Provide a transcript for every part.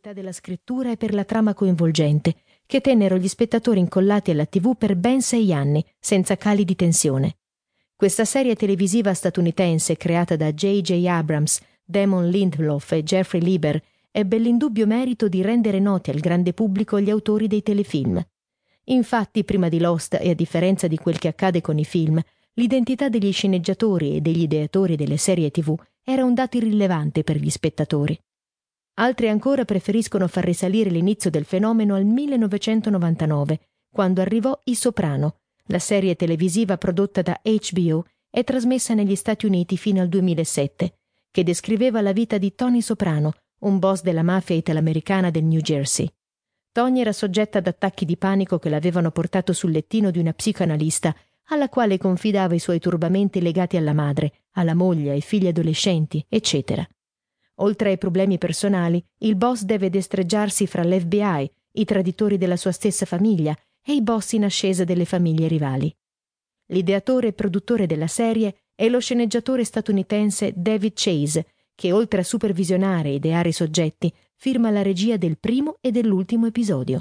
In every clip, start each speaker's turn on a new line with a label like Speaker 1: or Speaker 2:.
Speaker 1: qualità della scrittura e per la trama coinvolgente, che tennero gli spettatori incollati alla TV per ben 6 anni, senza cali di tensione. Questa serie televisiva statunitense, creata da J.J. Abrams, Damon Lindelof e Jeffrey Lieber, ebbe l'indubbio merito di rendere noti al grande pubblico gli autori dei telefilm. Infatti, prima di Lost, e a differenza di quel che accade con i film, l'identità degli sceneggiatori e degli ideatori delle serie TV era un dato irrilevante per gli spettatori. Altri ancora preferiscono far risalire l'inizio del fenomeno al 1999, quando arrivò I Soprano, la serie televisiva prodotta da HBO e trasmessa negli Stati Uniti fino al 2007, che descriveva la vita di Tony Soprano, un boss della mafia italoamericana del New Jersey. Tony era soggetta ad attacchi di panico che l'avevano portato sul lettino di una psicoanalista, alla quale confidava i suoi turbamenti legati alla madre, alla moglie, ai figli adolescenti, eccetera. Oltre ai problemi personali, il boss deve destreggiarsi fra l'FBI, i traditori della sua stessa famiglia e i boss in ascesa delle famiglie rivali. L'ideatore e produttore della serie è lo sceneggiatore statunitense David Chase, che oltre a supervisionare e ideare i soggetti, firma la regia del primo e dell'ultimo episodio.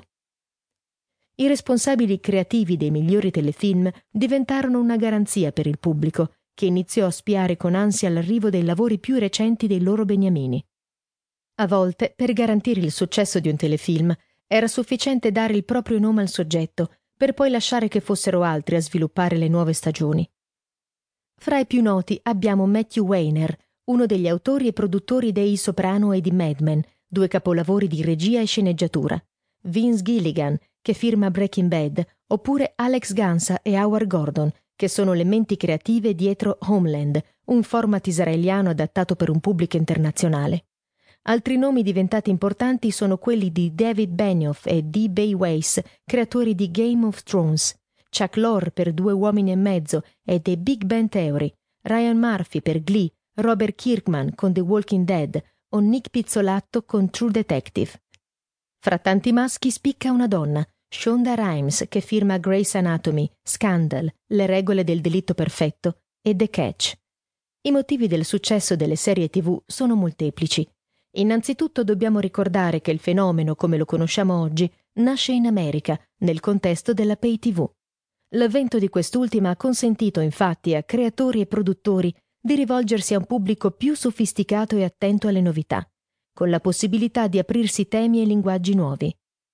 Speaker 1: I responsabili creativi dei migliori telefilm diventarono una garanzia per il pubblico, che iniziò a spiare con ansia l'arrivo dei lavori più recenti dei loro beniamini. A volte, per garantire il successo di un telefilm, era sufficiente dare il proprio nome al soggetto, per poi lasciare che fossero altri a sviluppare le nuove stagioni. Fra i più noti abbiamo Matthew Weiner, uno degli autori e produttori dei I Soprano e di Mad Men, 2 capolavori di regia e sceneggiatura, Vince Gilligan, che firma Breaking Bad, oppure Alex Gansa e Howard Gordon, che sono le menti creative dietro Homeland, un format israeliano adattato per un pubblico internazionale. Altri nomi diventati importanti sono quelli di David Benioff e D. Bay Weiss, creatori di Game of Thrones, Chuck Lorre per 2 uomini e mezzo e The Big Bang Theory, Ryan Murphy per Glee, Robert Kirkman con The Walking Dead o Nick Pizzolatto con True Detective. Fra tanti maschi spicca una donna, Shonda Rhimes, che firma Grey's Anatomy, Scandal, Le regole del delitto perfetto e The Catch. I motivi del successo delle serie TV sono molteplici. Innanzitutto dobbiamo ricordare che il fenomeno, come lo conosciamo oggi, nasce in America, nel contesto della pay TV. L'avvento di quest'ultima ha consentito infatti a creatori e produttori di rivolgersi a un pubblico più sofisticato e attento alle novità, con la possibilità di aprirsi temi e linguaggi nuovi.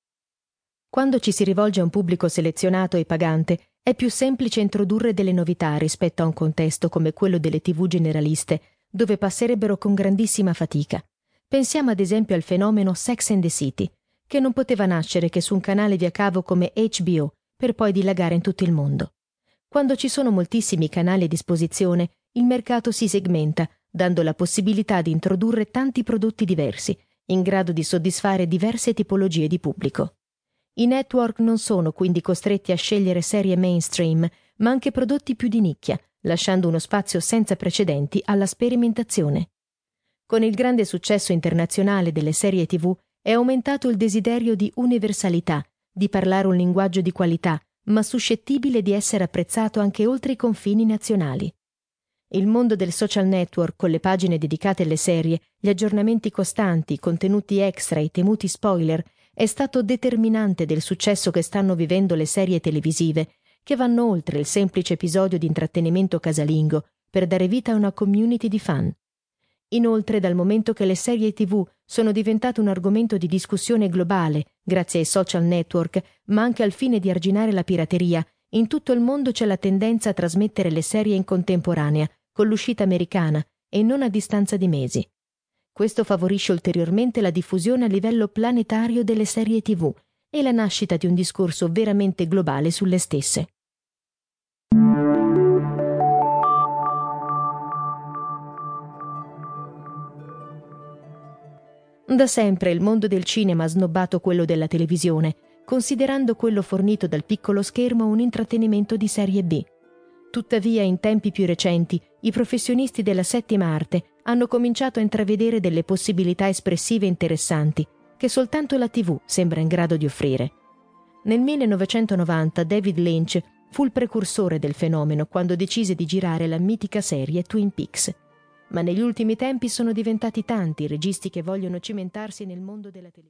Speaker 1: Quando ci si rivolge a un pubblico selezionato e pagante, è più semplice introdurre delle novità rispetto a un contesto come quello delle TV generaliste, dove passerebbero con grandissima fatica. Pensiamo ad esempio al fenomeno Sex and the City, che non poteva nascere che su un canale via cavo come HBO, per poi dilagare in tutto il mondo. Quando ci sono moltissimi canali a disposizione, il mercato si segmenta, dando la possibilità di introdurre tanti prodotti diversi, in grado di soddisfare diverse tipologie di pubblico. I network non sono quindi costretti a scegliere serie mainstream, ma anche prodotti più di nicchia, lasciando uno spazio senza precedenti alla sperimentazione. Con il grande successo internazionale delle serie TV è aumentato il desiderio di universalità, di parlare un linguaggio di qualità, ma suscettibile di essere apprezzato anche oltre i confini nazionali. Il mondo del social network, con le pagine dedicate alle serie, gli aggiornamenti costanti, i contenuti extra e i temuti spoiler, è stato determinante del successo che stanno vivendo le serie televisive, che vanno oltre il semplice episodio di intrattenimento casalingo per dare vita a una community di fan. Inoltre, dal momento che le serie TV sono diventate un argomento di discussione globale, grazie ai social network, ma anche al fine di arginare la pirateria, in tutto il mondo c'è la tendenza a trasmettere le serie in contemporanea, con l'uscita americana, e non a distanza di mesi. Questo favorisce ulteriormente la diffusione a livello planetario delle serie TV e la nascita di un discorso veramente globale sulle stesse. Da sempre il mondo del cinema ha snobbato quello della televisione, considerando quello fornito dal piccolo schermo un intrattenimento di serie B. Tuttavia, in tempi più recenti, i professionisti della settima arte hanno cominciato a intravedere delle possibilità espressive interessanti che soltanto la TV sembra in grado di offrire. Nel 1990 David Lynch fu il precursore del fenomeno quando decise di girare la mitica serie Twin Peaks. Ma negli ultimi tempi sono diventati tanti i registi che vogliono cimentarsi nel mondo della televisione.